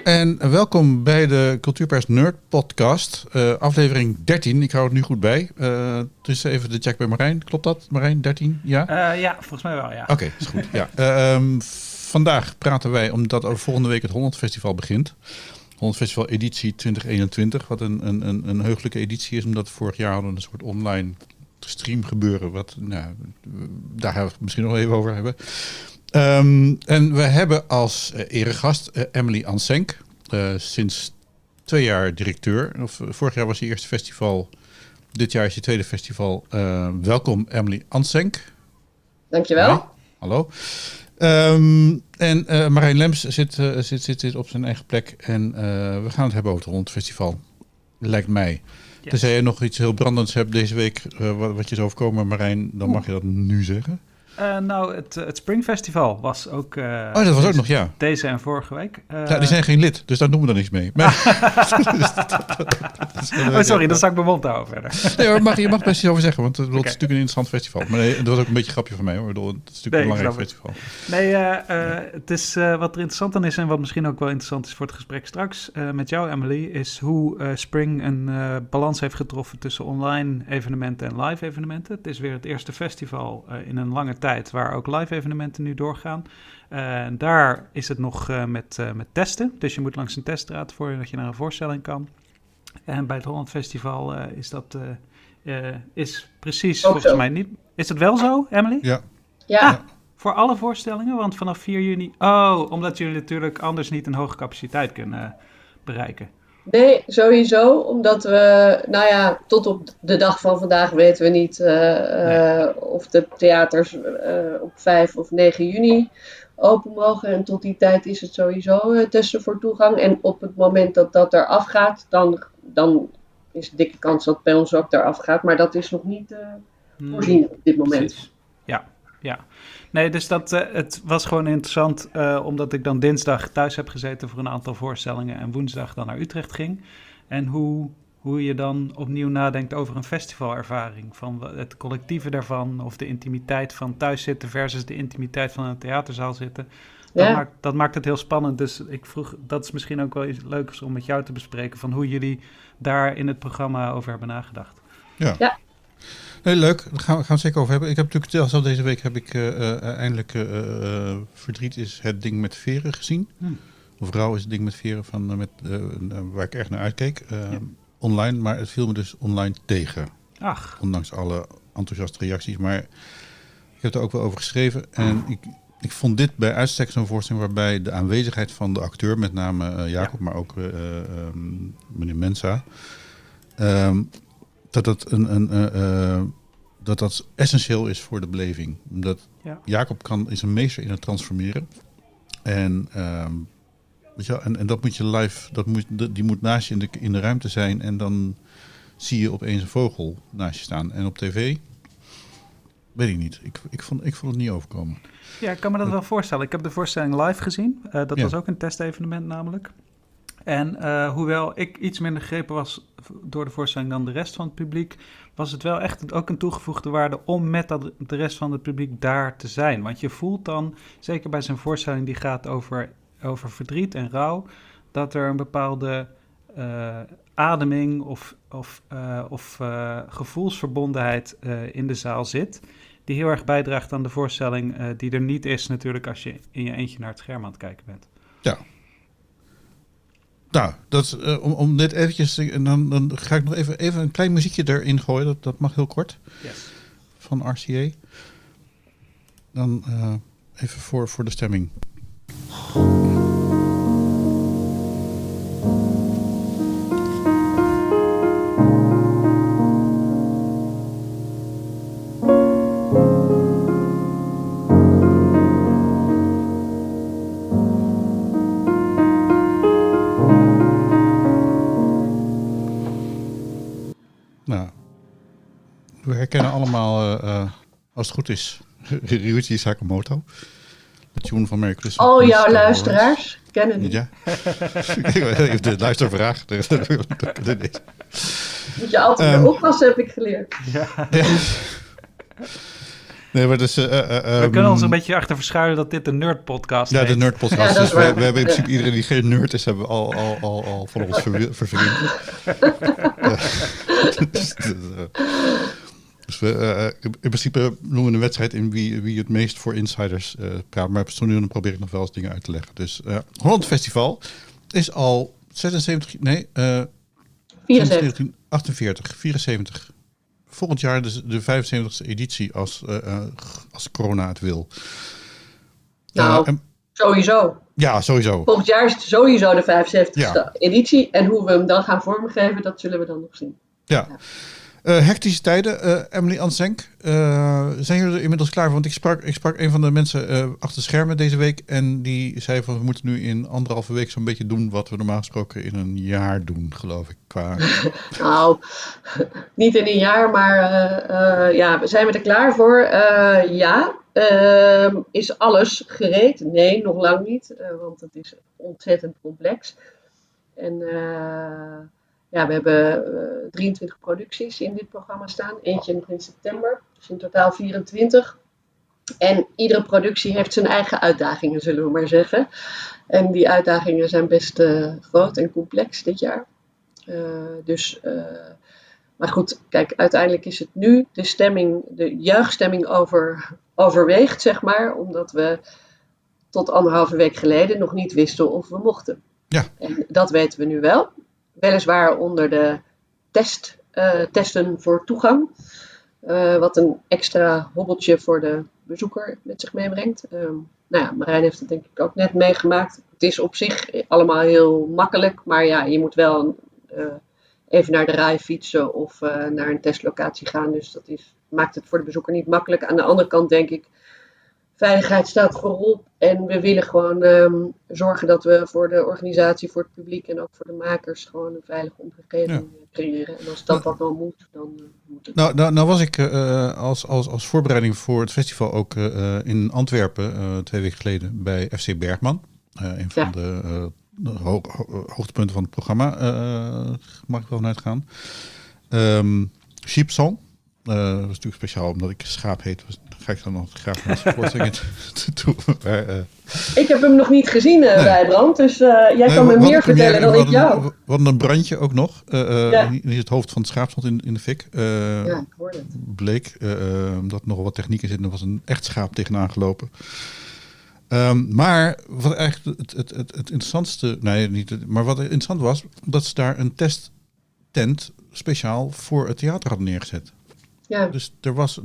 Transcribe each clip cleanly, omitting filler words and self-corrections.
En welkom bij de Cultuurpers Nerd Podcast, aflevering 13. Ik hou het nu goed bij. Dus even de check bij Marijn. Klopt dat, Marijn? 13? Ja? Ja, volgens mij wel, ja. Oké, is goed. Ja. Vandaag praten wij, omdat over volgende week het Holland Festival begint. Holland Festival editie 2021, wat een heugelijke editie is, omdat vorig jaar hadden we een soort online stream gebeuren. Wat, daar gaan we het misschien nog even over hebben. En we hebben als eregast Emily Ansenk, sinds 2 jaar directeur. Vorig jaar was je eerste festival, dit jaar is je tweede festival. Welkom Emily Ansenk. Dankjewel. Hi. Hallo. En Marijn Lems zit op zijn eigen plek en we gaan het hebben over het Holland Festival, lijkt mij. Yes. Tenzij je nog iets heel brandends hebt deze week, wat je is overkomen, Marijn, dan mag je dat nu zeggen. Het Springfestival was ook... dat was ook nog, ja. Deze en vorige week. Ja, die zijn geen lid, dus daar doen we dan niks mee. Sorry, dan zak ik mijn mond houden verder. Nee hoor, je mag best iets over zeggen, want het is natuurlijk een interessant festival. Maar nee, dat was ook een beetje een grapje van mij hoor. Het is natuurlijk een belangrijk festival. Nee, het is wat er interessant aan is en wat misschien ook wel interessant is voor het gesprek straks met jou, Emily, is hoe Spring een balans heeft getroffen tussen online evenementen en live evenementen. Het is weer het eerste festival in een lange tijd waar ook live evenementen nu doorgaan. Daar is het nog met testen. Dus je moet langs een teststraat voordat je naar een voorstelling kan. En bij het Holland Festival is dat is precies ook volgens zo. mij niet... Is dat wel zo, Emily? Ja. Voor alle voorstellingen? Want vanaf 4 juni... omdat jullie natuurlijk anders niet een hoge capaciteit kunnen bereiken. Nee, sowieso. Omdat we, tot op de dag van vandaag weten we niet of de theaters op 5 of 9 juni open mogen. En tot die tijd is het sowieso testen voor toegang. En op het moment dat dat eraf gaat, dan is de dikke kans dat bij ons ook eraf gaat. Maar dat is nog niet voorzien op dit moment. Precies. Ja. Nee, dus het was gewoon interessant, omdat ik dan dinsdag thuis heb gezeten voor een aantal voorstellingen en woensdag dan naar Utrecht ging. En hoe je dan opnieuw nadenkt over een festivalervaring, van het collectieve daarvan of de intimiteit van thuis zitten versus de intimiteit van een theaterzaal zitten. Dat maakt het heel spannend. Dus ik vroeg, dat is misschien ook wel iets leuks om met jou te bespreken, van hoe jullie daar in het programma over hebben nagedacht. Ja. Nee, leuk, daar gaan we het zeker over hebben. Ik heb natuurlijk zelf deze week eindelijk Verdriet is het ding met veren gezien. Of Rouw is het ding met veren waar ik erg naar uitkeek. Online, maar het viel me dus online tegen. Ach. Ondanks alle enthousiaste reacties. Maar ik heb er ook wel over geschreven. En ik vond dit bij uitstek zo'n voorstelling waarbij de aanwezigheid van de acteur, met name Jacob, maar ook meneer Mensa, dat essentieel is voor de beleving. Omdat Jacob is een meester in het transformeren. En, en dat moet je live, die moet naast je in de ruimte zijn. En dan zie je opeens een vogel naast je staan. En op tv, weet ik niet. Ik vond het niet overkomen. Ja, ik kan me dat wel voorstellen. Ik heb de voorstelling live gezien. Dat was ook een testevenement namelijk. En hoewel ik iets minder gegrepen was door de voorstelling dan de rest van het publiek, was het wel echt ook een toegevoegde waarde om met de rest van het publiek daar te zijn. Want je voelt dan, zeker bij zijn voorstelling die gaat over verdriet en rouw, dat er een bepaalde ademing of gevoelsverbondenheid in de zaal zit, die heel erg bijdraagt aan de voorstelling die er niet is natuurlijk als je in je eentje naar het scherm aan het kijken bent. Ja. Nou, dat is, om dit eventjes, en dan ga ik nog even een klein muziekje erin gooien. Dat mag heel kort. Yes. Van RCA. Dan even voor de stemming. We herkennen allemaal, als het goed is, Ryuichi Sakamoto. De tune van Merry Christmas. Oh, jouw luisteraars kennen die. Ja. Even de luistervraag. Moet je altijd weer oppassen, heb ik geleerd. Ja. Nee, maar dus, we kunnen ons een beetje achter verschuilen dat dit de Nerd-podcast is. Ja, de Nerd-podcast. Ja, dus we hebben in Ja. principe iedereen die geen nerd is, hebben we al van ons vervriend. Dus we, in principe noemen we een wedstrijd in wie het meest voor insiders praat. Maar zo nu dan probeer ik nog wel eens dingen uit te leggen. Dus Holland Festival is al 76... Nee, 74. 74. Volgend jaar de 75e editie als corona het wil. Sowieso. Ja, sowieso. Volgend jaar is het sowieso de 75e Ja. editie. En hoe we hem dan gaan vormgeven, dat zullen we dan nog zien. Ja. Hectische tijden. Emily Ansenk, zijn jullie er inmiddels klaar voor? Want ik sprak een van de mensen achter de schermen deze week. En die zei van we moeten nu in 1,5 week zo'n beetje doen wat we normaal gesproken in een jaar doen, geloof ik. Nou, niet in een jaar, maar zijn we er klaar voor? Ja. Is alles gereed? Nee, nog lang niet. Want het is ontzettend complex. En we hebben 23 producties in dit programma staan. Eentje nog in september. Dus in totaal 24. En iedere productie heeft zijn eigen uitdagingen, zullen we maar zeggen. En die uitdagingen zijn best groot en complex dit jaar. Maar goed, kijk, uiteindelijk is het nu de juichstemming overweegt, zeg maar. Omdat we tot 1,5 week geleden nog niet wisten of we mochten. Ja. En dat weten we nu wel. Weliswaar onder de testen voor toegang. Wat een extra hobbeltje voor de bezoeker met zich meebrengt. Marijn heeft het denk ik ook net meegemaakt. Het is op zich allemaal heel makkelijk. Maar ja, je moet wel even naar de RAI fietsen of naar een testlocatie gaan. Dus dat maakt het voor de bezoeker niet makkelijk. Aan de andere kant denk ik, veiligheid staat voorop. En we willen gewoon zorgen dat we voor de organisatie, voor het publiek en ook voor de makers gewoon een veilige omgeving creëren. En als dat wat dan moet, dan moet het. Nou was ik als voorbereiding voor het festival ook in Antwerpen 2 weken geleden bij FC Bergman. Een van de hoogtepunten van het programma, mag ik wel vanuit gaan. Sheep Song. Dat is natuurlijk speciaal omdat ik schaap heet. Dus ga ik dan nog graag mensen voorstellingen toe. Ik heb hem nog niet gezien, Wijbrand. Dus jij kan me meer vertellen dan ik jou. We hadden een brandje ook nog. Niet het hoofd van het schaap stond in de fik. Ik hoorde het. Bleek dat er nogal wat techniek in zit. Er was een echt schaap tegenaan gelopen. Maar wat eigenlijk het interessantste... Nee, niet. Maar wat interessant was, dat ze daar een testtent speciaal voor het theater hadden neergezet. Ja. Dus er was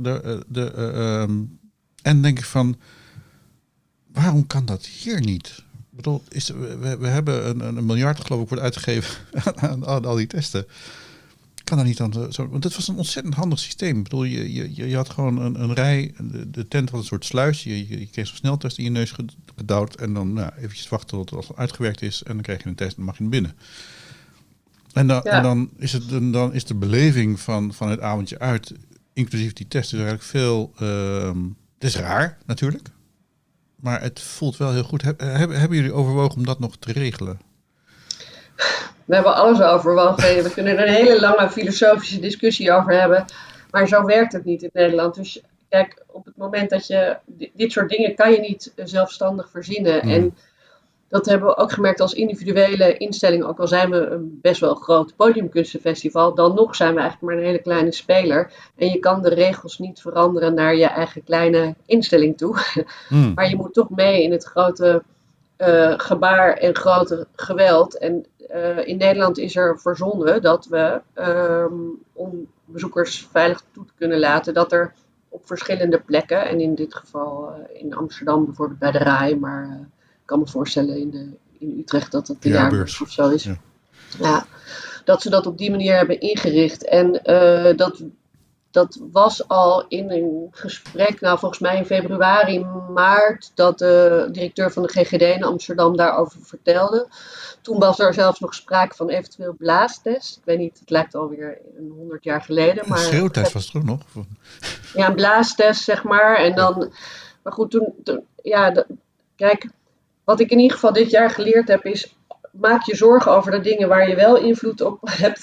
en denk ik van, waarom kan dat hier niet? Ik bedoel, we hebben een miljard, geloof ik, wordt uitgegeven aan al die testen. Kan dat niet dan zo? Want het was een ontzettend handig systeem. Ik bedoel, je had gewoon een rij, de tent was een soort sluis. Je kreeg zo'n sneltest in je neus gedouwd en dan eventjes wachten tot het uitgewerkt is en dan krijg je een test en dan mag je naar binnen. En dan is de beleving van het avondje uit, inclusief die test, is eigenlijk veel... het is raar, natuurlijk. Maar het voelt wel heel goed. Hebben jullie overwogen om dat nog te regelen? We hebben alles overwogen. We kunnen er een hele lange filosofische discussie over hebben. Maar zo werkt het niet in Nederland. Dus kijk, op het moment dat je... Dit soort dingen kan je niet zelfstandig verzinnen. En dat hebben we ook gemerkt als individuele instelling. Ook al zijn we een best wel groot podiumkunstenfestival, dan nog zijn we eigenlijk maar een hele kleine speler. En je kan de regels niet veranderen naar je eigen kleine instelling toe. Maar je moet toch mee in het grote gebaar en grote geweld. En in Nederland is er verzonnen dat we, om bezoekers veilig toe te kunnen laten, dat er op verschillende plekken, en in dit geval in Amsterdam bijvoorbeeld bij de RAI, maar... Ik kan me voorstellen in Utrecht dat het de jaarbeurs of zo is. Ja, dat ze dat op die manier hebben ingericht. En dat was al in een gesprek, volgens mij in februari, maart, dat de directeur van de GGD in Amsterdam daarover vertelde. Toen was er zelfs nog sprake van eventueel blaastest. Ik weet niet, het lijkt alweer 100 jaar geleden. Maar een schreeuwtest was het ook nog? Ja, een blaastest, zeg maar. En dan, maar goed, kijk... Wat ik in ieder geval dit jaar geleerd heb is, maak je zorgen over de dingen waar je wel invloed op hebt.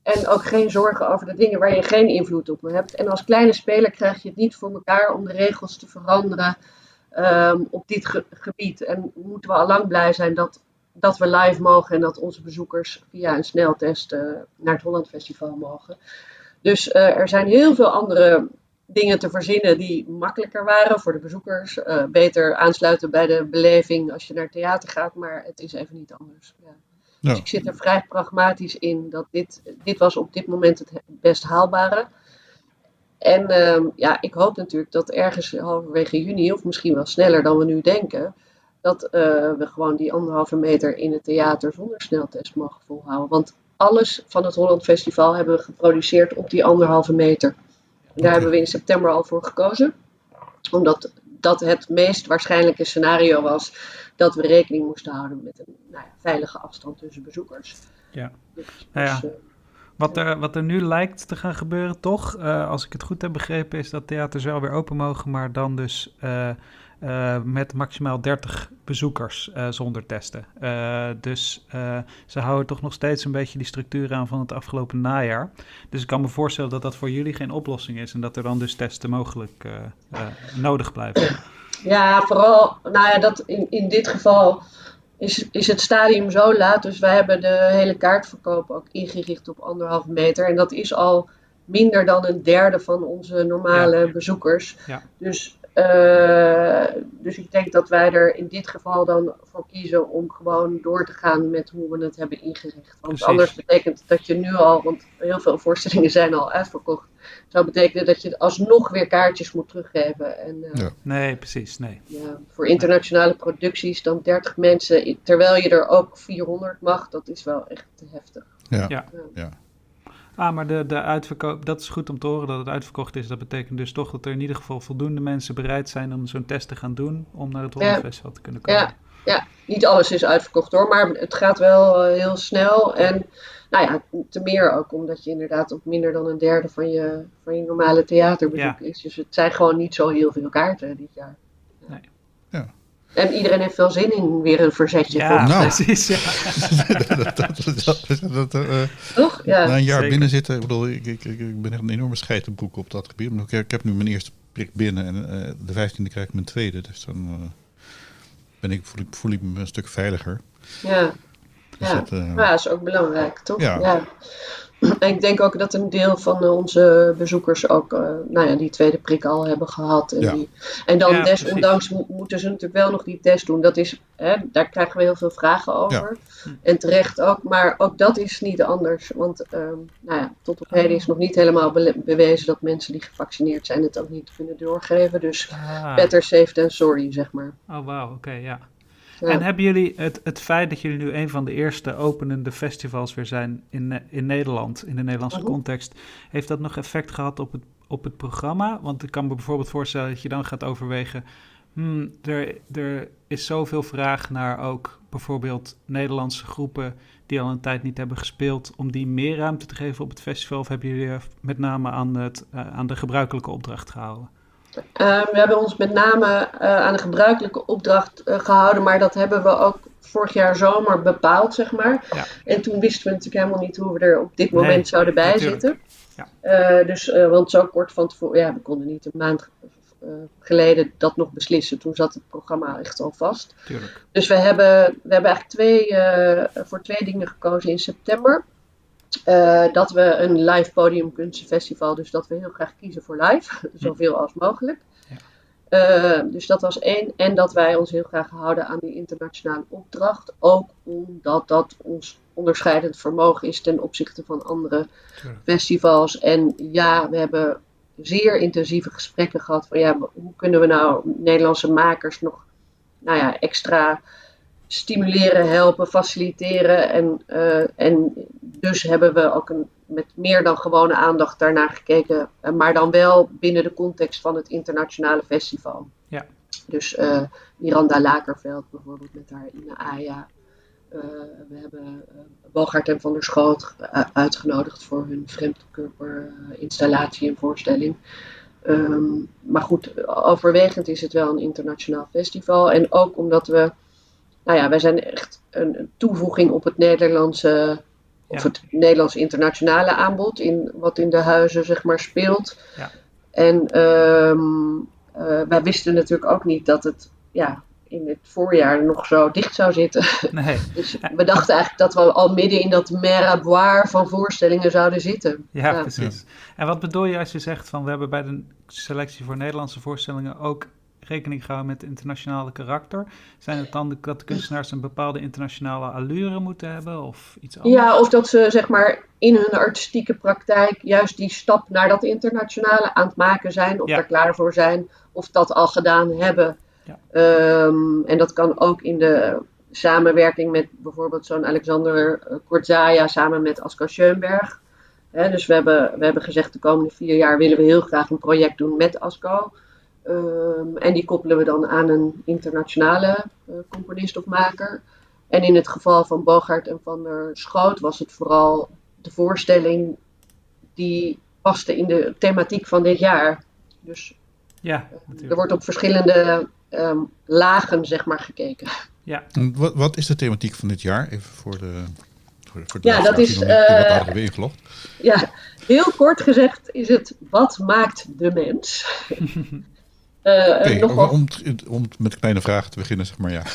En ook geen zorgen over de dingen waar je geen invloed op hebt. En als kleine speler krijg je het niet voor elkaar om de regels te veranderen op dit gebied. En moeten we al lang blij zijn dat we live mogen en dat onze bezoekers via een sneltest naar het Holland Festival mogen. Dus er zijn heel veel andere dingen te verzinnen die makkelijker waren voor de bezoekers. Beter aansluiten bij de beleving als je naar het theater gaat, maar het is even niet anders. Ja. Dus ik zit er vrij pragmatisch in dat dit was op dit moment het best haalbare. En ik hoop natuurlijk dat ergens halverwege juni, of misschien wel sneller dan we nu denken, dat we gewoon die 1,5 meter in het theater zonder sneltest mogen volhouden. Want alles van het Holland Festival hebben we geproduceerd op die 1,5 meter. En daar hebben we in september al voor gekozen. Omdat dat het meest waarschijnlijke scenario was dat we rekening moesten houden met een veilige afstand tussen bezoekers. Ja. Wat er nu lijkt te gaan gebeuren, toch, als ik het goed heb begrepen, is dat theaters wel weer open mogen, maar dan dus met maximaal 30 bezoekers zonder testen. Dus ze houden toch nog steeds een beetje die structuur aan van het afgelopen najaar. Dus ik kan me voorstellen dat dat voor jullie geen oplossing is en dat er dan dus testen mogelijk nodig blijven. Ja, vooral, dat in dit geval is het stadium zo laat. Dus wij hebben de hele kaartverkoop ook ingericht op 1,5 meter. En dat is al minder dan een derde van onze normale bezoekers. Ja. Dus ik denk dat wij er in dit geval dan voor kiezen om gewoon door te gaan met hoe we het hebben ingericht. Want anders betekent dat je nu al, want heel veel voorstellingen zijn al uitverkocht, zou betekenen dat je alsnog weer kaartjes moet teruggeven. En, Nee, precies. Nee. Ja, voor internationale producties dan 30 mensen, terwijl je er ook 400 mag, dat is wel echt te heftig. Ja. Maar de uitverkoop, dat is goed om te horen dat het uitverkocht is. Dat betekent dus toch dat er in ieder geval voldoende mensen bereid zijn om zo'n test te gaan doen om naar het Holland Festival te kunnen komen. Ja, niet alles is uitverkocht hoor, maar het gaat wel heel snel. En te meer ook omdat je inderdaad op minder dan een derde van je normale theaterbezoek is. Dus het zijn gewoon niet zo heel veel kaarten dit jaar. Nee. Ja. En iedereen heeft veel zin in weer een verzetje. Precies. Ja. Toch? Ja. Na een jaar binnen zitten, ik bedoel, ik ben echt een enorme scheitenboek op dat gebied. Ik heb nu mijn eerste prik binnen en de 15e krijg ik mijn tweede. Dus dan voel ik me een stuk veiliger. Ja, dus dat is ook belangrijk, toch? Ja. En ik denk ook dat een deel van onze bezoekers ook die tweede prik al hebben gehad. En dan desondanks moeten ze natuurlijk wel nog die test doen. Dat is, daar krijgen we heel veel vragen over. Ja. En terecht ook. Maar ook dat is niet anders. Want tot op heden is nog niet helemaal bewezen dat mensen die gevaccineerd zijn het ook niet kunnen doorgeven. Dus better safe than sorry, zeg maar. Oh, wauw. Oké, ja. Ja. En hebben jullie het feit dat jullie nu een van de eerste openende festivals weer zijn in Nederland, in de Nederlandse context, heeft dat nog effect gehad op het programma? Want ik kan me bijvoorbeeld voorstellen dat je dan gaat overwegen, er is zoveel vraag naar ook bijvoorbeeld Nederlandse groepen die al een tijd niet hebben gespeeld, om die meer ruimte te geven op het festival? Of hebben jullie met name aan de gebruikelijke opdracht gehouden? We hebben ons met name aan de gebruikelijke opdracht gehouden, maar dat hebben we ook vorig jaar zomer bepaald, zeg maar. Ja. En toen wisten we natuurlijk helemaal niet hoe we er op dit moment zouden bijzitten. Ja. Want zo kort van tevoren, we konden niet een maand geleden dat nog beslissen. Toen zat het programma echt al vast. Tuurlijk. Dus we hebben eigenlijk voor twee dingen gekozen in september. Dat we een live podiumkunstenfestival, dus dat we heel graag kiezen voor live, zoveel als mogelijk. Ja. Dus dat was 1. En dat wij ons heel graag houden aan die internationale opdracht. Ook omdat dat ons onderscheidend vermogen is ten opzichte van andere festivals. En we hebben zeer intensieve gesprekken gehad van hoe kunnen we nou Nederlandse makers nog extra stimuleren, helpen, faciliteren. En dus hebben we ook met meer dan gewone aandacht daarnaar gekeken. Maar dan wel binnen de context van het internationale festival. Ja. Dus Miranda Lakerveld bijvoorbeeld met haar Ina Aya. We hebben Bogart en Van der Schoot uitgenodigd voor hun Vreemdkörper installatie en voorstelling. Maar goed, overwegend is het wel een internationaal festival. En ook omdat wij zijn echt een toevoeging op het Nederlandse of het Nederlands internationale aanbod, wat in de huizen zeg maar speelt. Ja. En wij wisten natuurlijk ook niet dat het in het voorjaar nog zo dicht zou zitten. Nee. Dus we dachten eigenlijk dat we al midden in dat meraboir van voorstellingen zouden zitten. Ja, precies. Ja. En wat bedoel je als je zegt van we hebben bij de selectie voor Nederlandse voorstellingen ook rekening gehouden met internationale karakter? Zijn het dan dat de kunstenaars een bepaalde internationale allure moeten hebben of iets anders? Ja, of dat ze zeg maar in hun artistieke praktijk juist die stap naar dat internationale aan het maken zijn, of daar klaar voor zijn, of dat al gedaan hebben. Ja. En dat kan ook in de samenwerking met bijvoorbeeld zo'n Alexander Kordzaya samen met Asko Schoenberg. Dus we hebben gezegd de komende 4 jaar willen we heel graag een project doen met Asko. En die koppelen we dan aan een internationale componist of maker. En in het geval van Bogaert en van der Schoot was het vooral de voorstelling die paste in de thematiek van dit jaar. Dus er wordt op verschillende lagen zeg maar gekeken. Ja. Wat is de thematiek van dit jaar? Even voor de dat is die wat ouder weer ingelogd. Ja, heel kort gezegd is het wat maakt de mens? Om met kleine vragen te beginnen, zeg maar, ja.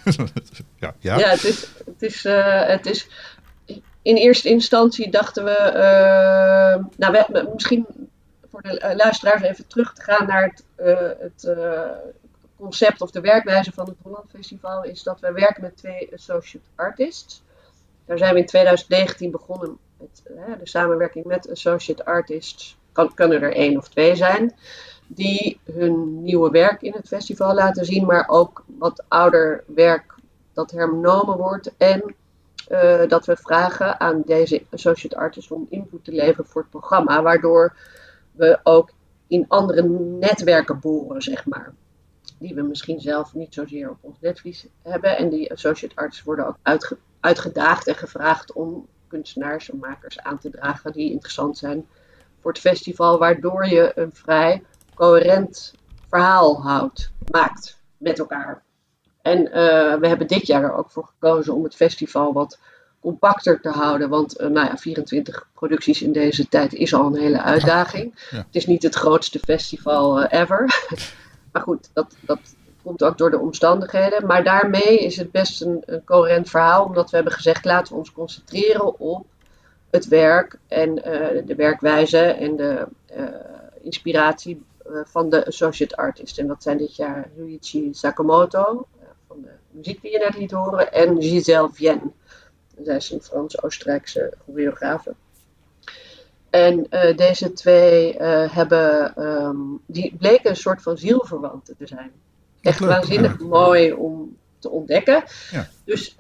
Het is in eerste instantie dachten we, misschien voor de luisteraars even terug te gaan naar het concept of de werkwijze van het Holland Festival, is dat wij werken met 2 associate artists. Daar zijn we in 2019 begonnen met de samenwerking met associate artists. Kunnen er 1 of 2 zijn. Die hun nieuwe werk in het festival laten zien, maar ook wat ouder werk dat hernomen wordt. En dat we vragen aan deze associate artists om input te leveren voor het programma, waardoor we ook in andere netwerken boren, zeg maar. Die we misschien zelf niet zozeer op ons netvlies hebben. En die associate artists worden ook uitgedaagd en gevraagd om kunstenaars en makers aan te dragen die interessant zijn voor het festival, waardoor je een vrij coherent verhaal maakt met elkaar. En we hebben dit jaar er ook voor gekozen om het festival wat compacter te houden, want 24 producties in deze tijd is al een hele uitdaging. Ja. Het is niet het grootste festival ever. Maar goed, dat komt ook door de omstandigheden. Maar daarmee is het best een coherent verhaal, omdat we hebben gezegd, laten we ons concentreren op het werk en de werkwijze en de inspiratie van de associate artist. En dat zijn dit jaar Ryuichi Sakamoto, van de muziek die je net liet horen, en Gisèle Vienne. Zij is een Frans-Oostenrijkse choreografe. En deze 2 die bleken een soort van zielverwanten te zijn. Echt waanzinnig mooi om te ontdekken. Ja. Dus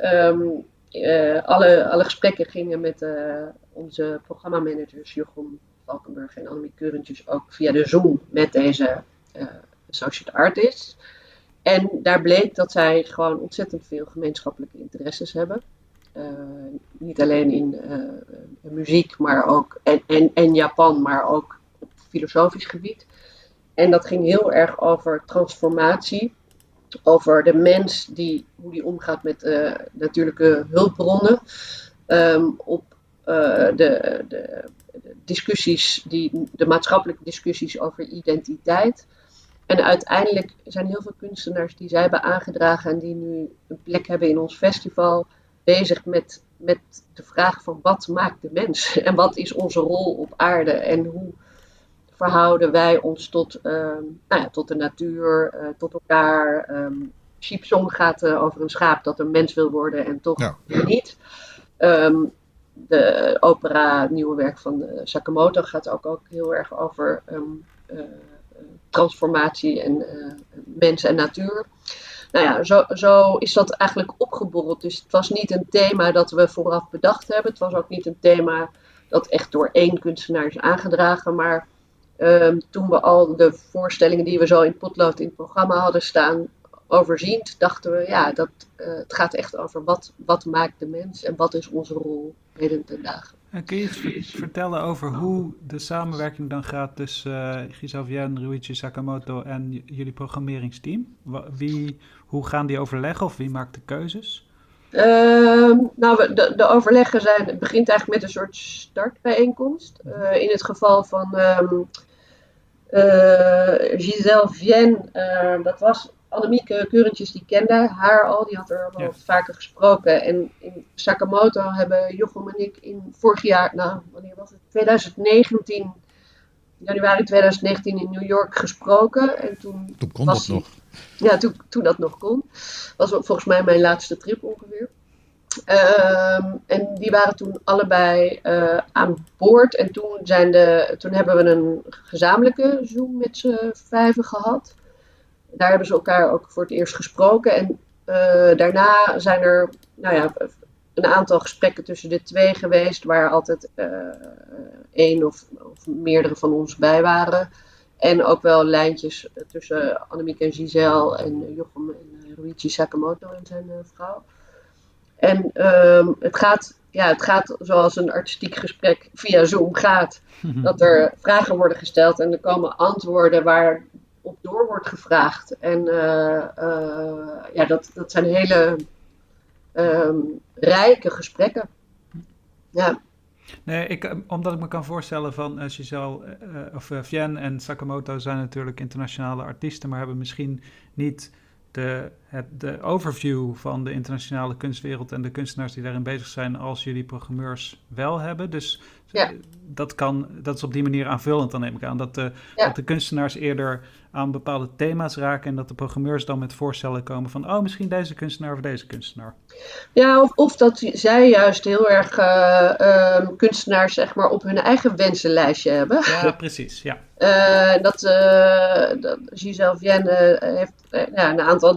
alle gesprekken gingen met onze programmamanagers Jochem Valkenburg en Annemie Keurentjes ook via de Zoom met deze associate artists. En daar bleek dat zij gewoon ontzettend veel gemeenschappelijke interesses hebben. Niet alleen in muziek, maar ook en Japan, maar ook op filosofisch gebied. En dat ging heel erg over transformatie, over de mens hoe die omgaat met natuurlijke hulpbronnen, op de discussies, de maatschappelijke discussies over identiteit. En uiteindelijk zijn heel veel kunstenaars die zij hebben aangedragen en die nu een plek hebben in ons festival, bezig met de vraag van wat maakt de mens en wat is onze rol op aarde en hoe verhouden wij ons tot de natuur, tot elkaar. Sheep Song gaat over een schaap dat een mens wil worden en toch niet. De opera, het nieuwe werk van Sakamoto gaat ook heel erg over transformatie en mens en natuur. Nou ja, zo is dat eigenlijk opgeborreld. Dus het was niet een thema dat we vooraf bedacht hebben. Het was ook niet een thema dat echt door 1 kunstenaar is aangedragen. Maar toen we al de voorstellingen die we zo in potlood in het programma hadden staan overziend, dachten we, het gaat echt over wat maakt de mens en wat is onze rol heden ten dagen. En kun je iets vertellen over hoe de samenwerking dan gaat tussen Gisèle Vienne, Ryuichi Sakamoto en jullie programmeringsteam? Hoe gaan die overleggen of wie maakt de keuzes? Nou, de overleggen het begint eigenlijk met een soort startbijeenkomst. In het geval van Gisèle Vienne, dat was Annemieke Keurentjes, die kende haar al, die had er al wat vaker gesproken. En in Sakamoto hebben Jochem en ik in vorig jaar, nou, wanneer was het? 2019, januari 2019 in New York gesproken. En toen kon dat nog. Ja, toen dat nog kon. Was volgens mij mijn laatste trip ongeveer. En die waren toen allebei aan boord. En toen hebben we een gezamenlijke Zoom met z'n 5 gehad. Daar hebben ze elkaar ook voor het eerst gesproken. En daarna zijn er een aantal gesprekken tussen de 2 geweest, waar altijd 1 of meerdere van ons bij waren. En ook wel lijntjes tussen Annemieke en Gisèle en Jochem en Ruichi Sakamoto en zijn vrouw. En het gaat zoals een artistiek gesprek via Zoom gaat. Dat er vragen worden gesteld en er komen antwoorden waar op door wordt gevraagd. En dat zijn hele rijke gesprekken. Ja. Nee, omdat ik me kan voorstellen van Gisèle Vienne en Sakamoto zijn natuurlijk internationale artiesten, maar hebben misschien niet de overview van de internationale kunstwereld en de kunstenaars die daarin bezig zijn als jullie programmeurs wel hebben. Dus dat is op die manier aanvullend, dan neem ik aan. Dat de kunstenaars eerder aan bepaalde thema's raken en dat de programmeurs dan met voorstellen komen van misschien deze kunstenaar of deze kunstenaar. Ja, of dat zij juist heel erg kunstenaars zeg maar op hun eigen wensenlijstje hebben. Ja, precies. Ja. Dat Gisèle Vienne heeft een aantal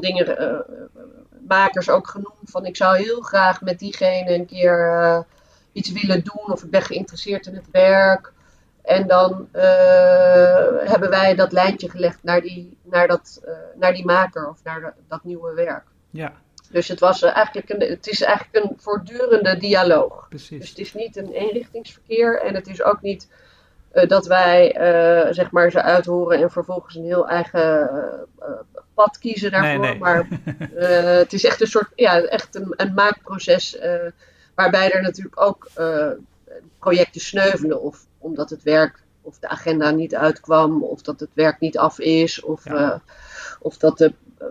makers ook genoemd van ik zou heel graag met diegene een keer iets willen doen of ik ben geïnteresseerd in het werk. En dan hebben wij dat lijntje gelegd naar die maker of naar dat nieuwe werk. Ja. Dus het is eigenlijk een voortdurende dialoog. Precies. Dus het is niet een eenrichtingsverkeer en het is ook niet dat wij zeg maar ze uithoren en vervolgens een heel eigen pad kiezen daarvoor. Nee. Maar het is echt een soort, echt een maakproces waarbij er natuurlijk ook projecten sneuvelen of omdat het werk of de agenda niet uitkwam of dat het werk niet af is of dat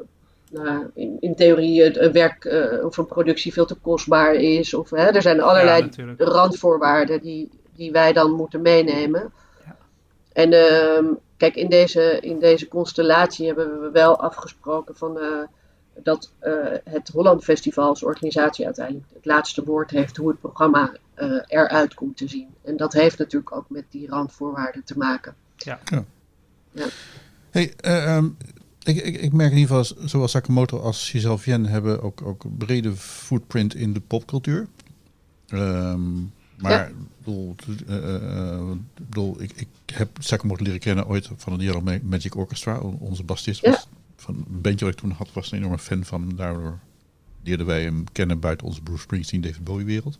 in theorie het werk of een productie veel te kostbaar is. Of, er zijn allerlei randvoorwaarden die wij dan moeten meenemen. Ja. En kijk, in deze constellatie hebben we wel afgesproken van dat het Holland Festival als organisatie uiteindelijk het laatste woord heeft hoe het programma eruit komt te zien. En dat heeft natuurlijk ook met die randvoorwaarden te maken. Ja. Hey, ik merk in ieder geval, zowel Sakamoto als Gisèle Vienne hebben ook brede footprint in de popcultuur. Ik heb Sakamoto leren kennen ooit van het Yellow Magic Orchestra. Onze bassist was van een bandje wat ik toen had, was een enorme fan van hem. Daardoor leerden wij hem kennen buiten onze Bruce Springsteen, David Bowie wereld.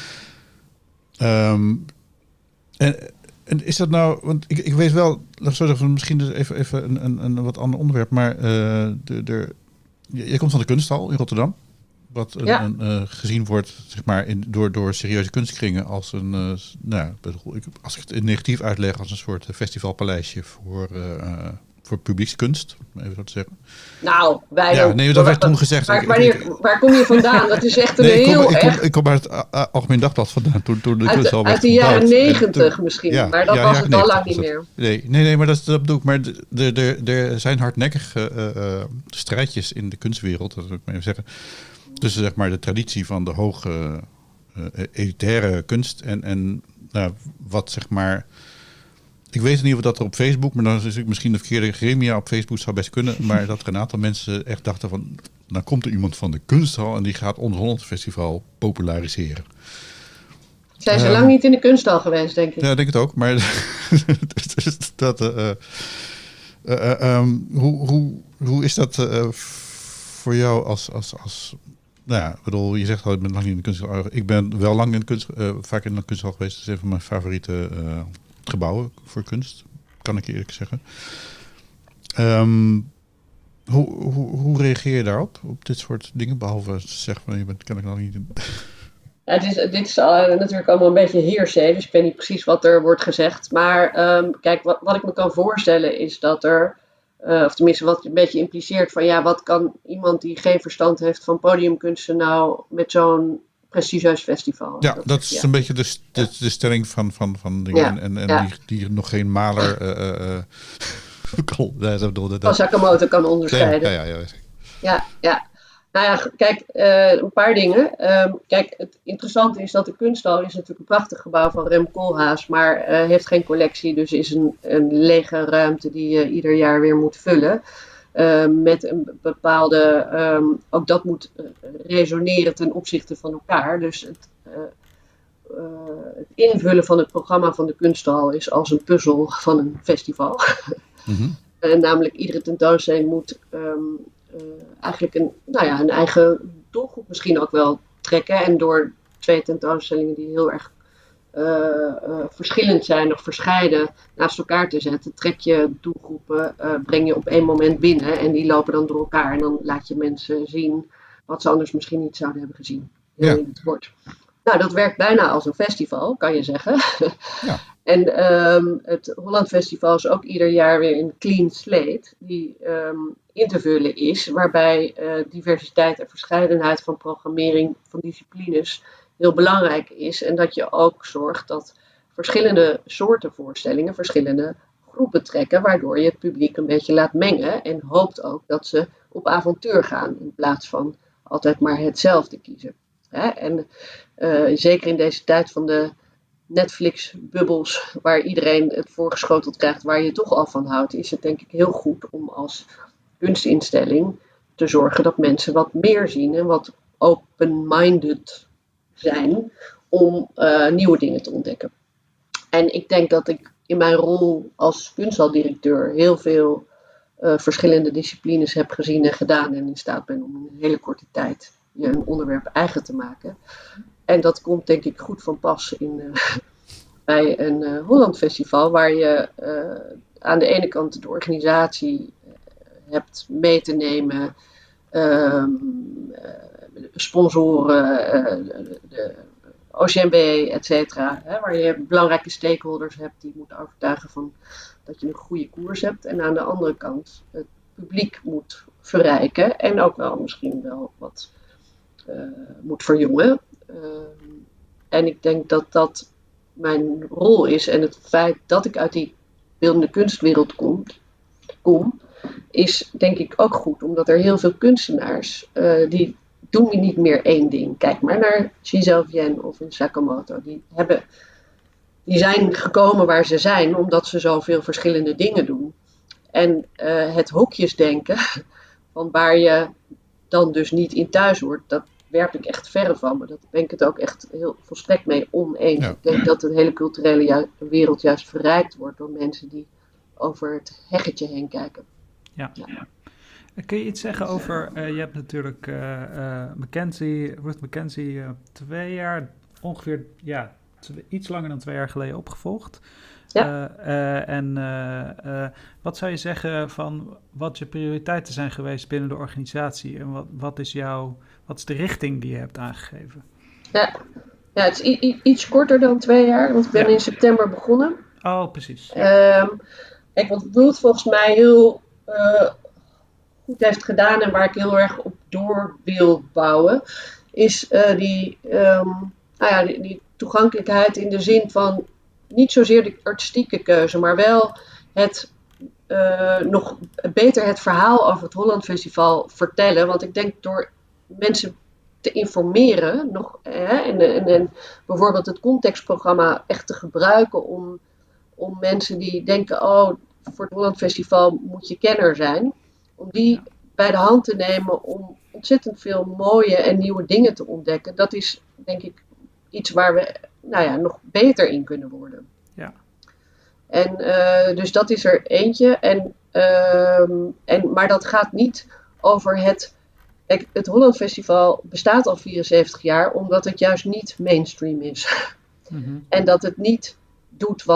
En is dat nou, want ik weet wel, laat ik zo zeggen, misschien dus even een wat ander onderwerp, maar je komt van de kunsthal in Rotterdam, wat gezien wordt, zeg maar, door serieuze kunstkringen als een, als ik het negatief uitleg, als een soort festivalpaleisje voor publiekskunst, om even zo te zeggen. Nou, wij dat werd toen gezegd. Waar kom je vandaan? Dat is echt een ik kom uit het Algemeen Dagblad vandaan. Toen uit de jaren 90 misschien, maar dat was het al lang niet meer. Nee, maar dat bedoel ik. Maar er zijn hardnekkige strijdjes in de kunstwereld, dat wil ik maar even zeggen. Tussen zeg maar de traditie van de hoge elitaire kunst en wat zeg maar. Ik weet niet of dat er op Facebook, maar dan is het misschien de verkeerde gremia op Facebook zou best kunnen. Maar dat er een aantal mensen echt dachten van, dan komt er iemand van de kunsthal en die gaat ons Holland Festival populariseren. Zijn ze lang niet in de kunsthal geweest, denk ik. Ja, denk het ook. Maar hoe is dat voor jou als bedoel, je zegt al, ik ben lang in de kunsthal. Ik ben wel lang vaak in de kunsthal geweest. Dat is een van mijn favoriete gebouwen voor kunst, kan ik eerlijk zeggen. Hoe reageer je daarop? Op dit soort dingen? Behalve zeggen van je bent kennelijk nog niet... Ja, dit is natuurlijk allemaal een beetje hearsay, dus ik weet niet precies wat er wordt gezegd. Maar kijk, wat ik me kan voorstellen is dat er, of tenminste wat een beetje impliceert van ja, wat kan iemand die geen verstand heeft van podiumkunsten nou met zo'n prestigieus festival? Ja, dat is een beetje de stelling van dingen. En die nog geen maler van Sakamoto kan onderscheiden. Ja. Nou ja, kijk, een paar dingen. Kijk, het interessante is dat de kunsthal is natuurlijk een prachtig gebouw van Rem Koolhaas, maar heeft geen collectie, dus is een lege ruimte die je ieder jaar weer moet vullen. Met een bepaalde, ook dat moet resoneren ten opzichte van elkaar. Dus het invullen van het programma van de kunsthal is als een puzzel van een festival. Mm-hmm. Namelijk iedere tentoonstelling moet eigenlijk een eigen doelgroep misschien ook wel trekken. En door 2 tentoonstellingen die heel erg verschillend zijn of verscheiden naast elkaar te zetten, trek je doelgroepen, breng je op één moment binnen en die lopen dan door elkaar. En dan laat je mensen zien wat ze anders misschien niet zouden hebben gezien in het woord. Nou, dat werkt bijna als een festival, kan je zeggen. Ja. En het Holland Festival is ook ieder jaar weer een clean slate die in te vullen is, waarbij diversiteit en verscheidenheid van programmering, van disciplines heel belangrijk is. En dat je ook zorgt dat verschillende soorten voorstellingen, verschillende groepen trekken, waardoor je het publiek een beetje laat mengen en hoopt ook dat ze op avontuur gaan in plaats van altijd maar hetzelfde kiezen. En zeker in deze tijd van de Netflix-bubbels, waar iedereen het voorgeschoteld krijgt waar je toch al van houdt, is het denk ik heel goed om als kunstinstelling te zorgen dat mensen wat meer zien en wat open-minded zijn om nieuwe dingen te ontdekken. En ik denk dat ik in mijn rol als kunsthaldirecteur heel veel verschillende disciplines heb gezien en gedaan en in staat ben om in een hele korte tijd je een onderwerp eigen te maken. En dat komt denk ik goed van pas bij een Holland Festival, waar je aan de ene kant de organisatie hebt mee te nemen, sponsoren, de OCMW, et cetera, waar je belangrijke stakeholders hebt die moeten overtuigen van dat je een goede koers hebt. En aan de andere kant het publiek moet verrijken en ook wel misschien wel wat moet verjongen. En ik denk dat dat mijn rol is en het feit dat ik uit die beeldende kunstwereld kom, is denk ik ook goed, omdat er heel veel kunstenaars die doen niet meer één ding. Kijk maar naar Giselle Vienne of in Sakamoto. Die zijn gekomen waar ze zijn omdat ze zoveel verschillende dingen doen. En het hokjesdenken van waar je dan dus niet in thuis hoort, dat werp ik echt verre van me. Daar ben ik het ook echt heel volstrekt mee oneens. Ja. Ik denk dat de hele culturele wereld juist verrijkt wordt door mensen die over het heggetje heen kijken. Ja. Kun je iets zeggen over, je hebt natuurlijk Ruth Mackenzie 2 jaar, ongeveer iets langer dan 2 jaar geleden opgevolgd. Ja. Wat zou je zeggen van wat je prioriteiten zijn geweest binnen de organisatie en wat is de richting die je hebt aangegeven? Ja het is iets korter dan 2 jaar, want ik ben in september begonnen. Oh, precies. Kijk, wat Ruth volgens mij heel goed heeft gedaan en waar ik heel erg op door wil bouwen, is die toegankelijkheid in de zin van niet zozeer de artistieke keuze, maar wel het nog beter het verhaal over het Holland Festival vertellen. Want ik denk door mensen te informeren en bijvoorbeeld het contextprogramma echt te gebruiken om mensen die denken, oh, voor het Holland Festival moet je kenner zijn, om die bij de hand te nemen om ontzettend veel mooie en nieuwe dingen te ontdekken. Dat is denk ik iets waar we nog beter in kunnen worden. Ja. En dus dat is er eentje. Maar dat gaat niet over het Holland Festival bestaat al 74 jaar, omdat het juist niet mainstream is. Mm-hmm. En dat het niet doet wat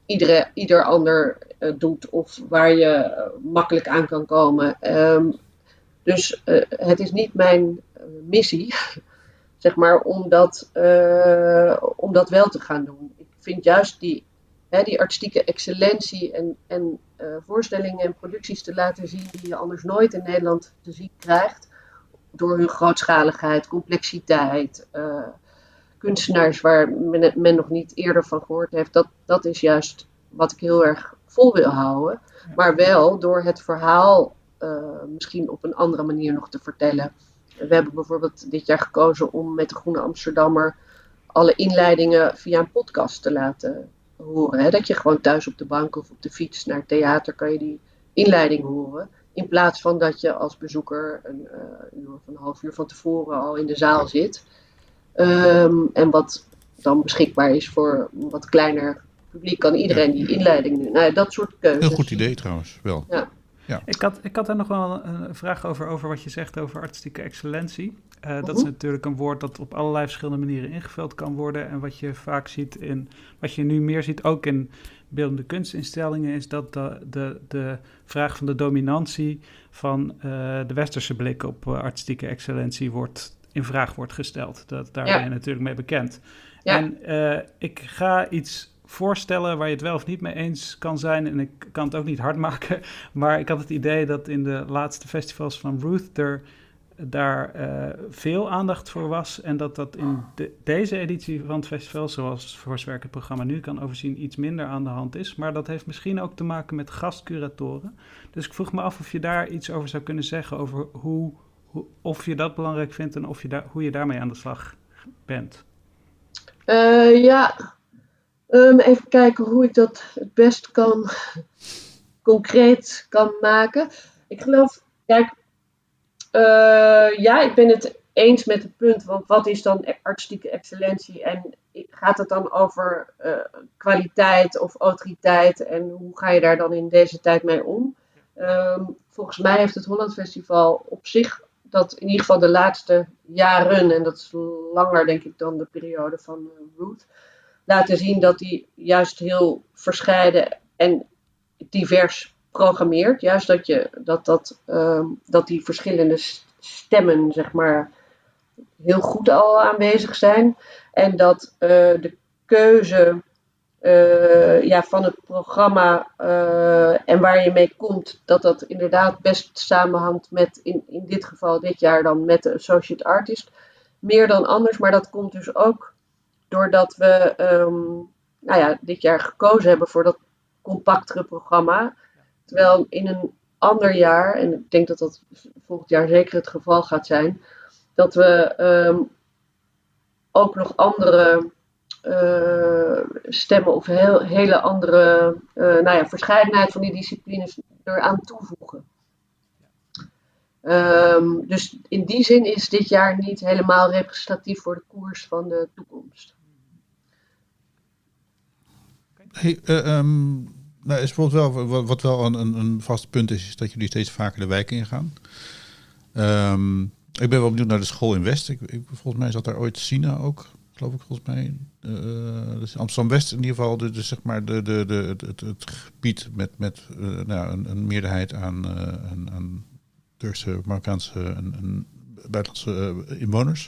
ieder ander doet of waar je makkelijk aan kan komen. Dus het is niet mijn missie, zeg maar, om dat wel te gaan doen. Ik vind juist die artistieke excellentie en voorstellingen en producties te laten zien die je anders nooit in Nederland te zien krijgt. Door hun grootschaligheid, complexiteit, kunstenaars waar men nog niet eerder van gehoord heeft. Dat is juist wat ik heel erg vol wil houden. Maar wel door het verhaal misschien op een andere manier nog te vertellen. We hebben bijvoorbeeld dit jaar gekozen om met de Groene Amsterdammer alle inleidingen via een podcast te laten horen. Hè? Dat je gewoon thuis op de bank of op de fiets naar het theater kan je die inleiding horen. In plaats van dat je als bezoeker een uur of een half uur van tevoren al in de zaal zit. En wat dan beschikbaar is voor een wat kleiner publiek, kan iedereen die inleiding doen. Nou, dat soort keuzes. Heel goed idee trouwens, wel. Ja. Ja. Ik had daar nog wel een vraag over wat je zegt over artistieke excellentie. Dat is natuurlijk een woord dat op allerlei verschillende manieren ingevuld kan worden. En wat je vaak ziet wat je nu meer ziet ook in beeldende kunstinstellingen, is dat de vraag van de dominantie van de westerse blik op artistieke excellentie in vraag wordt gesteld. Daar ben je natuurlijk mee bekend. Ja. En ik ga iets voorstellen waar je het wel of niet mee eens kan zijn. En ik kan het ook niet hard maken. Maar ik had het idee dat in de laatste festivals van Ruth daar veel aandacht voor was. En dat in deze editie van het festival, zoals voor zover ik het programma nu kan overzien, iets minder aan de hand is. Maar dat heeft misschien ook te maken met gastcuratoren. Dus ik vroeg me af of je daar iets over zou kunnen zeggen. Over of je dat belangrijk vindt en hoe je daarmee aan de slag bent. Even kijken hoe ik dat het best concreet kan maken. Ik geloof, kijk, ik ben het eens met het punt, want wat is dan artistieke excellentie? En gaat het dan over kwaliteit of autoriteit en hoe ga je daar dan in deze tijd mee om? Volgens mij heeft het Holland Festival op zich, dat in ieder geval de laatste jaren, en dat is langer denk ik dan de periode van Ruth, laten zien dat hij juist heel verscheiden en divers programmeert. Juist dat die verschillende stemmen, zeg maar, heel goed al aanwezig zijn. En dat de keuze van het programma en waar je mee komt, dat inderdaad best samenhangt met, in dit geval dit jaar dan met de associate artist. Meer dan anders, maar dat komt dus ook doordat we dit jaar gekozen hebben voor dat compactere programma. Terwijl in een ander jaar, en ik denk dat dat volgend jaar zeker het geval gaat zijn, dat we ook nog andere stemmen of hele andere verscheidenheid van die disciplines eraan toevoegen. Dus in die zin is dit jaar niet helemaal representatief voor de koers van de toekomst. Hey, is bijvoorbeeld wel wat wel een vast punt is dat jullie steeds vaker de wijk ingaan. Ik ben wel benieuwd naar de school in West. Volgens mij zat daar ooit Sina ook, geloof ik volgens mij. Dus Amsterdam-West in ieder geval, dus zeg maar het gebied met een meerderheid aan Turkse, Marokkaanse en buitenlandse inwoners.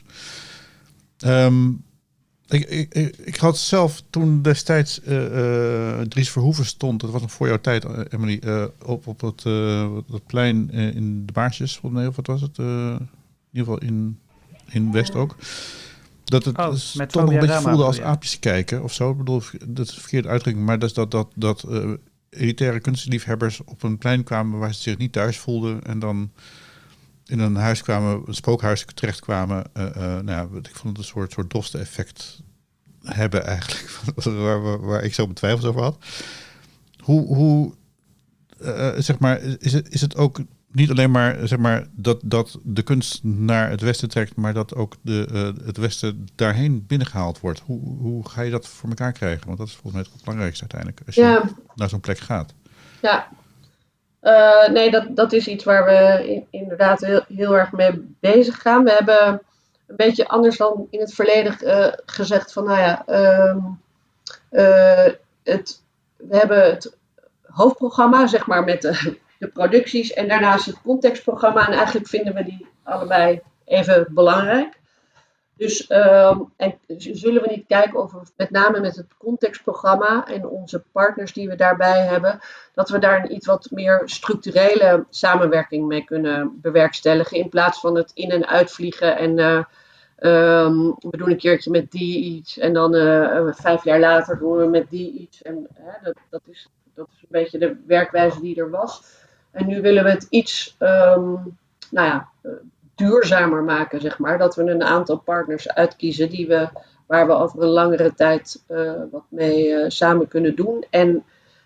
Ik had zelf toen destijds Dries Verhoeven stond, dat was nog voor jouw tijd, Emily, op dat plein in de Baarsjes, volgens mij, of wat was het? In ieder geval in West ook. Dat het toch nog een beetje voelde als aapjes kijken of zo. Ik bedoel, dat is een verkeerde uitdrukking, maar dat elitaire kunstliefhebbers op een plein kwamen waar ze zich niet thuis voelden en dan in een spookhuis terechtkwamen. Ik vond het een soort Drosten-effect hebben eigenlijk, waar ik zo mijn twijfels over had. Hoe zeg maar, is het ook niet alleen maar, zeg maar, dat de kunst naar het westen trekt, maar dat ook het westen daarheen binnengehaald wordt? Hoe ga je dat voor elkaar krijgen? Want dat is volgens mij het belangrijkste uiteindelijk, als je naar zo'n plek gaat. Ja. Dat is iets waar we inderdaad heel erg mee bezig gaan. We hebben een beetje anders dan in het verleden gezegd van, we hebben het hoofdprogramma, zeg maar, met de producties en daarnaast het contextprogramma. En eigenlijk vinden we die allebei even belangrijk. Dus en zullen we niet kijken of we met name met het contextprogramma en onze partners die we daarbij hebben, dat we daar een iets wat meer structurele samenwerking mee kunnen bewerkstelligen in plaats van het in- en uitvliegen en we doen een keertje met die iets en dan 5 jaar later doen we met die iets. En dat is een beetje de werkwijze die er was. En nu willen we het iets duurzamer maken, zeg maar. Dat we een aantal partners uitkiezen waar we over een langere tijd wat mee samen kunnen doen. En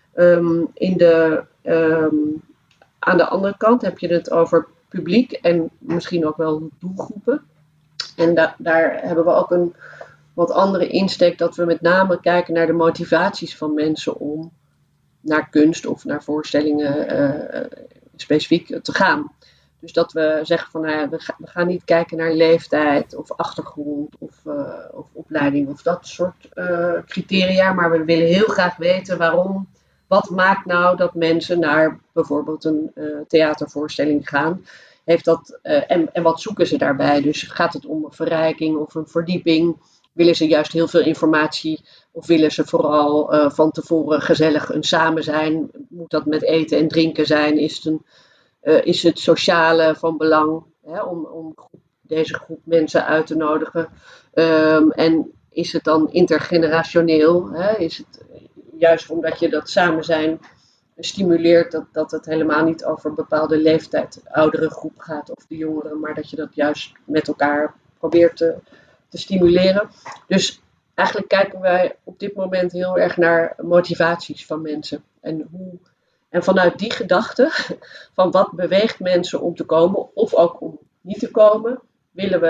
aan de andere kant heb je het over publiek en misschien ook wel doelgroepen. En daar hebben we ook een wat andere insteek, dat we met name kijken naar de motivaties van mensen om naar kunst of naar voorstellingen specifiek te gaan. Dus dat we zeggen van we gaan niet kijken naar leeftijd of achtergrond of opleiding of dat soort criteria, maar we willen heel graag weten waarom. Wat maakt nou dat mensen naar bijvoorbeeld een theatervoorstelling gaan? Heeft dat, en wat zoeken ze daarbij? Dus gaat het om een verrijking of een verdieping? Willen ze juist heel veel informatie of willen ze vooral van tevoren gezellig een samen zijn? Moet dat met eten en drinken zijn? Is het sociale van belang om deze groep mensen uit te nodigen? En is het dan intergenerationeel? Is het juist omdat je dat samen zijn stimuleert dat het helemaal niet over een bepaalde leeftijd, oudere groep gaat of de jongeren, maar dat je dat juist met elkaar probeert te stimuleren. Dus eigenlijk kijken wij op dit moment heel erg naar motivaties van mensen. En vanuit die gedachte, van wat beweegt mensen om te komen of ook om niet te komen, willen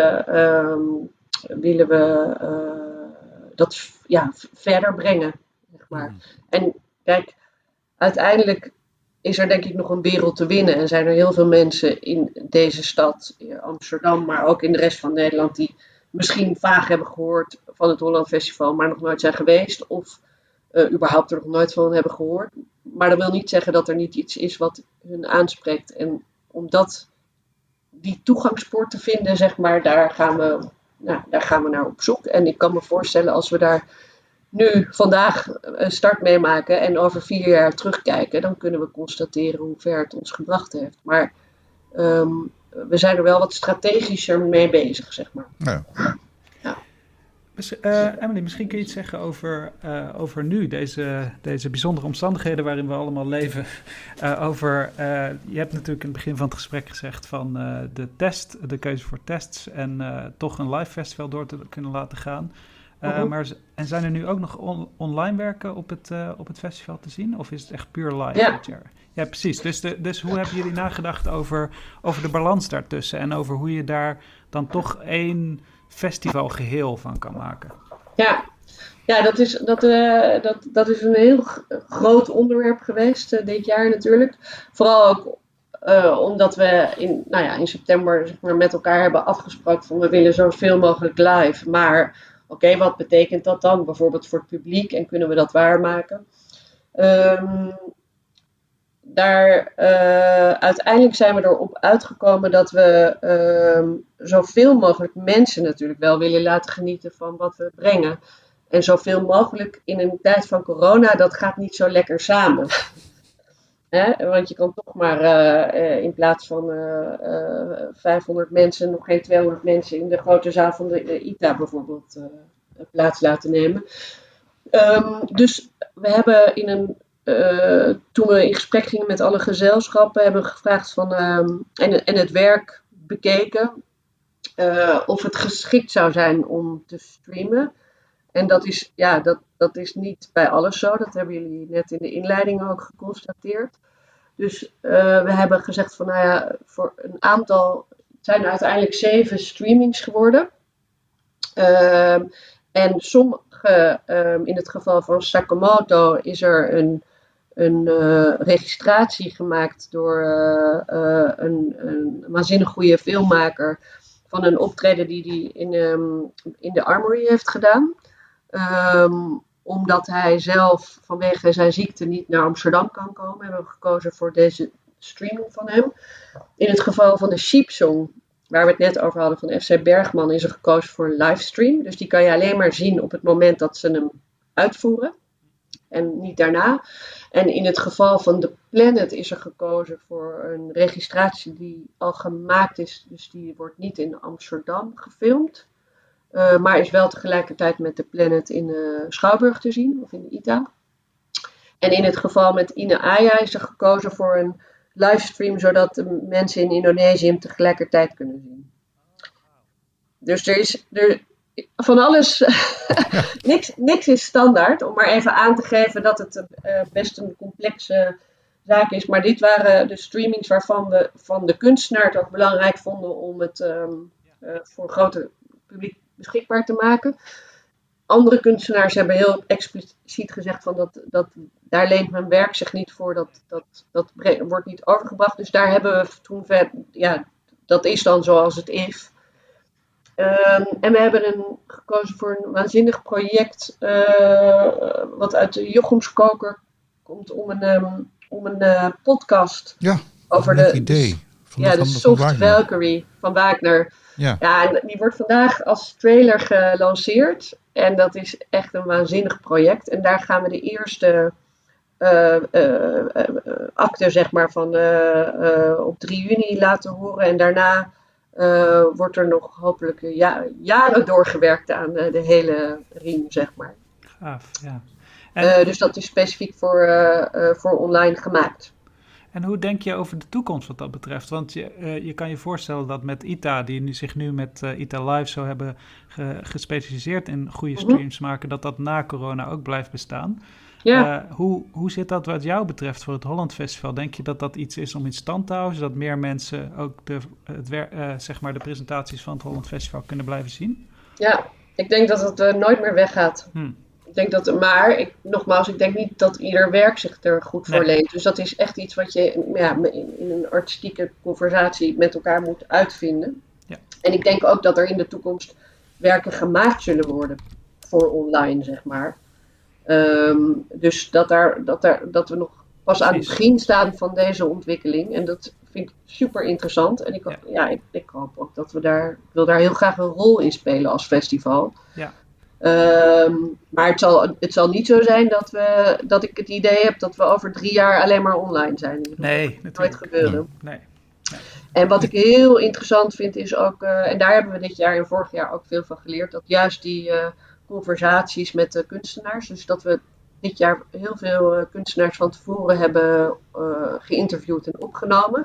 we dat verder brengen. Zeg maar. En kijk, uiteindelijk is er denk ik nog een wereld te winnen. En zijn er heel veel mensen in deze stad, Amsterdam, maar ook in de rest van Nederland, die misschien vaag hebben gehoord van het Holland Festival, maar nog nooit zijn geweest. Of überhaupt er nog nooit van hebben gehoord. Maar dat wil niet zeggen dat er niet iets is wat hun aanspreekt. En om die toegangspoort te vinden, zeg maar, daar gaan we naar op zoek. En ik kan me voorstellen als we daar nu vandaag een start mee maken en over 4 jaar terugkijken, dan kunnen we constateren hoe ver het ons gebracht heeft. Maar we zijn er wel wat strategischer mee bezig, zeg maar. Ja. Emily, misschien kun je iets zeggen over nu, deze bijzondere omstandigheden waarin we allemaal leven. Je hebt natuurlijk in het begin van het gesprek gezegd van de keuze voor tests en toch een live festival door te kunnen laten gaan. En zijn er nu ook nog online werken op het festival te zien? Of is het echt puur live? Ja, precies. Dus hoe hebben jullie nagedacht over de balans daartussen? En over hoe je daar dan toch één festivalgeheel van kan maken? Ja, dat is een heel groot onderwerp geweest dit jaar natuurlijk. Vooral ook omdat we in september zeg maar, met elkaar hebben afgesproken van we willen zoveel mogelijk live. Maar oké, wat betekent dat dan? Bijvoorbeeld voor het publiek en kunnen we dat waarmaken? Uiteindelijk zijn we erop uitgekomen dat we zoveel mogelijk mensen natuurlijk wel willen laten genieten van wat we brengen. En zoveel mogelijk in een tijd van corona, dat gaat niet zo lekker samen. Want je kan toch maar in plaats van 500 mensen nog geen 200 mensen in de grote zaal van de ITA bijvoorbeeld plaats laten nemen. Dus we hebben toen we in gesprek gingen met alle gezelschappen, hebben we gevraagd van en het werk bekeken of het geschikt zou zijn om te streamen. En dat is niet bij alles zo. Dat hebben jullie net in de inleiding ook geconstateerd. Dus we hebben gezegd van voor een aantal, het zijn uiteindelijk 7 streamings geworden. En sommige, in het geval van Sakamoto, is er een registratie gemaakt door een waanzinnig goede filmmaker van een optreden die hij in de Armory heeft gedaan. omdat hij zelf vanwege zijn ziekte niet naar Amsterdam kan komen, hebben we gekozen voor deze streaming van hem. In het geval van de Sheepsong, waar we het net over hadden van FC Bergman, is er gekozen voor een livestream. Dus die kan je alleen maar zien op het moment dat ze hem uitvoeren. En niet daarna. En in het geval van The Planet is er gekozen voor een registratie die al gemaakt is. Dus die wordt niet in Amsterdam gefilmd. Maar is wel tegelijkertijd met The Planet in Schouwburg te zien. Of in de ITA. En in het geval met Ine Aya is er gekozen voor een livestream. Zodat de mensen in Indonesië hem tegelijkertijd kunnen zien. Dus er is van alles, niks is standaard, om maar even aan te geven dat het best een complexe zaak is. Maar dit waren de streamings waarvan we van de kunstenaar het ook belangrijk vonden om het voor een groter publiek beschikbaar te maken. Andere kunstenaars hebben heel expliciet gezegd van dat daar leent mijn werk zich niet voor, dat wordt niet overgebracht. Dus daar hebben we toen dat is dan zoals het is. En we hebben gekozen voor een waanzinnig project wat uit de Jochemskoker komt om een podcast over het idee de Soft Valkyrie van Wagner. Ja. En die wordt vandaag als trailer gelanceerd en dat is echt een waanzinnig project. En daar gaan we de eerste acte zeg maar van op 3 juni laten horen en daarna wordt er nog hopelijk jaren doorgewerkt aan de hele riem, zeg maar. Gaaf, ja. Dus dat is specifiek voor online gemaakt. En hoe denk je over de toekomst wat dat betreft? Want je kan je voorstellen dat met ITA, die zich nu met ITA Live zo hebben gespecialiseerd in goede streams maken, dat na corona ook blijft bestaan. Ja. Hoe zit dat wat jou betreft voor het Holland Festival? Denk je dat dat iets is om in stand te houden, zodat meer mensen ook de presentaties van het Holland Festival kunnen blijven zien? Ja, ik denk dat het nooit meer weggaat. Ik denk ik denk niet dat ieder werk zich er goed voor leent. Dus dat is echt iets wat je in een artistieke conversatie met elkaar moet uitvinden. Ja. En ik denk ook dat er in de toekomst werken gemaakt zullen worden voor online, zeg maar. Dus dat we nog pas aan het begin staan van deze ontwikkeling. En dat vind ik super interessant. En ik hoop ook dat ik wil daar heel graag een rol in spelen als festival. Ja. Maar het zal niet zo zijn dat ik het idee heb dat we over 3 jaar alleen maar online zijn. Nee, dat nooit gebeuren. Nee. En wat ik heel interessant vind is ook, en daar hebben we dit jaar en vorig jaar ook veel van geleerd, dat juist die conversaties met de kunstenaars, dus dat we dit jaar heel veel kunstenaars van tevoren hebben geïnterviewd en opgenomen.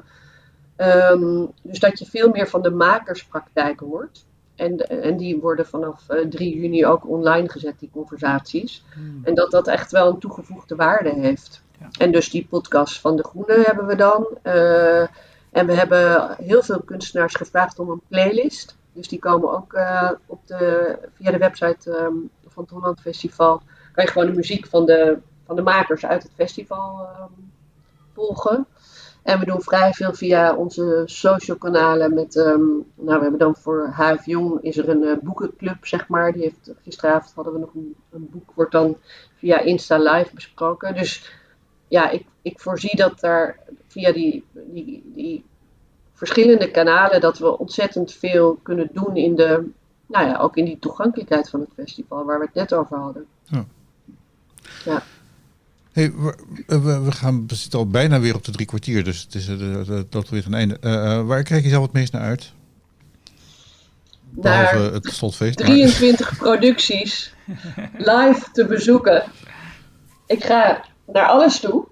Dus dat je veel meer van de makerspraktijk hoort. En die worden vanaf 3 juni ook online gezet, die conversaties. En dat echt wel een toegevoegde waarde heeft. Ja. En dus die podcast van De Groene hebben we dan. En we hebben heel veel kunstenaars gevraagd om een playlist. Dus die komen ook via de website van het Holland Festival. Kan je gewoon de muziek van de makers uit het festival volgen. En we doen vrij veel via onze social kanalen. We hebben dan voor HF Jong is er een boekenclub, zeg maar. Gisteravond hadden we nog een boek, wordt dan via Insta Live besproken. Dus ja, ik voorzie dat daar via die verschillende kanalen, dat we ontzettend veel kunnen doen in ook in die toegankelijkheid van het festival, waar we het net over hadden. Ja. Hey, we zitten al bijna weer op de 3 kwartier, dus het is dat weer een einde. Waar kijk je zelf het meest naar uit? Behalve het slotfeest. 23 producties live te bezoeken. Ik ga naar alles toe.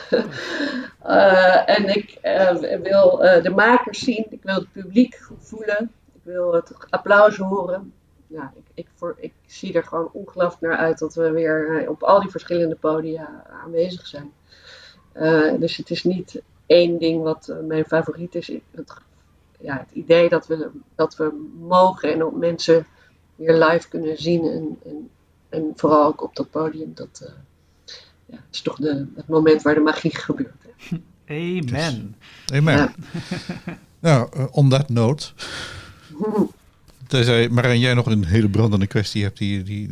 En ik wil de makers zien. Ik wil het publiek voelen. Ik wil het applaus horen. Ja, ik zie er gewoon ongelooflijk naar uit dat we weer op al die verschillende podia aanwezig zijn. Dus het is niet één ding wat mijn favoriet is. Het idee dat we mogen en ook mensen weer live kunnen zien en vooral ook op dat podium, dat is toch het moment waar de magie gebeurt. Hè. Amen. Dus, amen. Ja. Nou, on that note. Tenzij Marijn, jij nog een hele brandende kwestie hebt die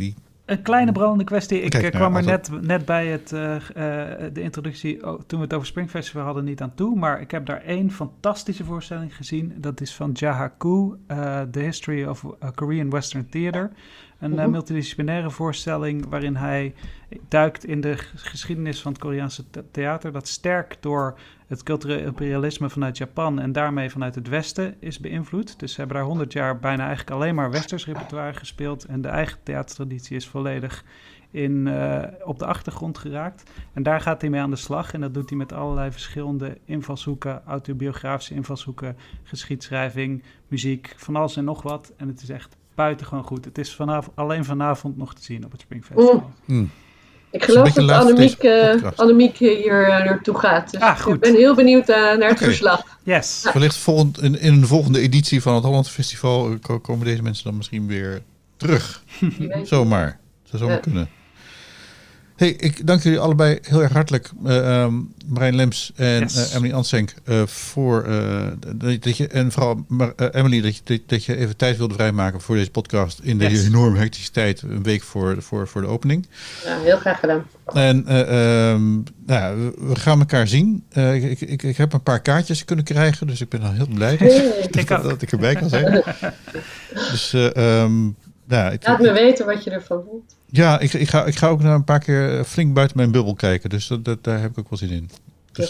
Een kleine brandende kwestie. Ik kwam er altijd... net bij de introductie, toen we het over Springfestival hadden, niet aan toe. Maar ik heb daar 1 fantastische voorstelling gezien. Dat is van Jaha Koo, The History of Korean Western Theater. Een multidisciplinaire voorstelling waarin hij duikt in de geschiedenis van het Koreaanse theater. Dat sterk door het culturele imperialisme vanuit Japan en daarmee vanuit het Westen is beïnvloed. Dus ze hebben daar 100 jaar bijna eigenlijk alleen maar westers repertoire gespeeld. En de eigen theatertraditie is volledig op de achtergrond geraakt. En daar gaat hij mee aan de slag. En dat doet hij met allerlei verschillende invalshoeken, autobiografische invalshoeken, geschiedschrijving, muziek, van alles en nog wat. En het is echt buitengewoon goed. Het is alleen vanavond nog te zien op het Springfestival. Ik geloof dat Annemiek hier naartoe gaat. Dus goed. Ik ben heel benieuwd naar het verslag. Yes. Ja. Wellicht in een volgende editie van het Holland Festival komen deze mensen dan misschien weer terug. Zomaar. Dat zou kunnen. Hey, ik dank jullie allebei heel erg hartelijk, Marijn Lems en Emily Ansenk, voor dat je, en vooral Emily, dat je even tijd wilde vrijmaken voor deze podcast in deze enorme hectische tijd, een week voor de opening. Ja, heel graag gedaan. En we gaan elkaar zien. Ik heb een paar kaartjes kunnen krijgen, dus ik ben al heel blij dat ik erbij kan zijn. Dus laat me weten wat je ervan vond. Ja, ik ga ook een paar keer flink buiten mijn bubbel kijken. Dus daar heb ik ook wel zin in. Dus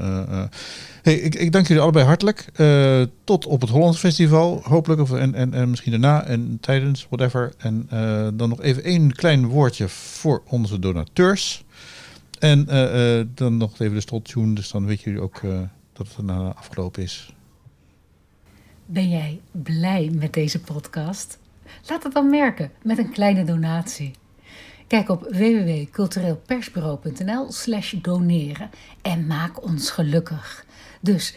ik dank jullie allebei hartelijk. Tot op het Holland Festival, hopelijk. En misschien daarna en tijdens, whatever. En dan nog even 1 klein woordje voor onze donateurs. En dan nog even de slottune. Dus dan weten jullie ook dat het daarna afgelopen is. Ben jij blij met deze podcast? Laat het dan merken met een kleine donatie. Kijk op www.cultureelpersbureau.nl/doneren en maak ons gelukkig. Dus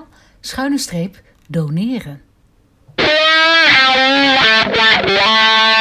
www.cultureelpersbureau.nl/doneren.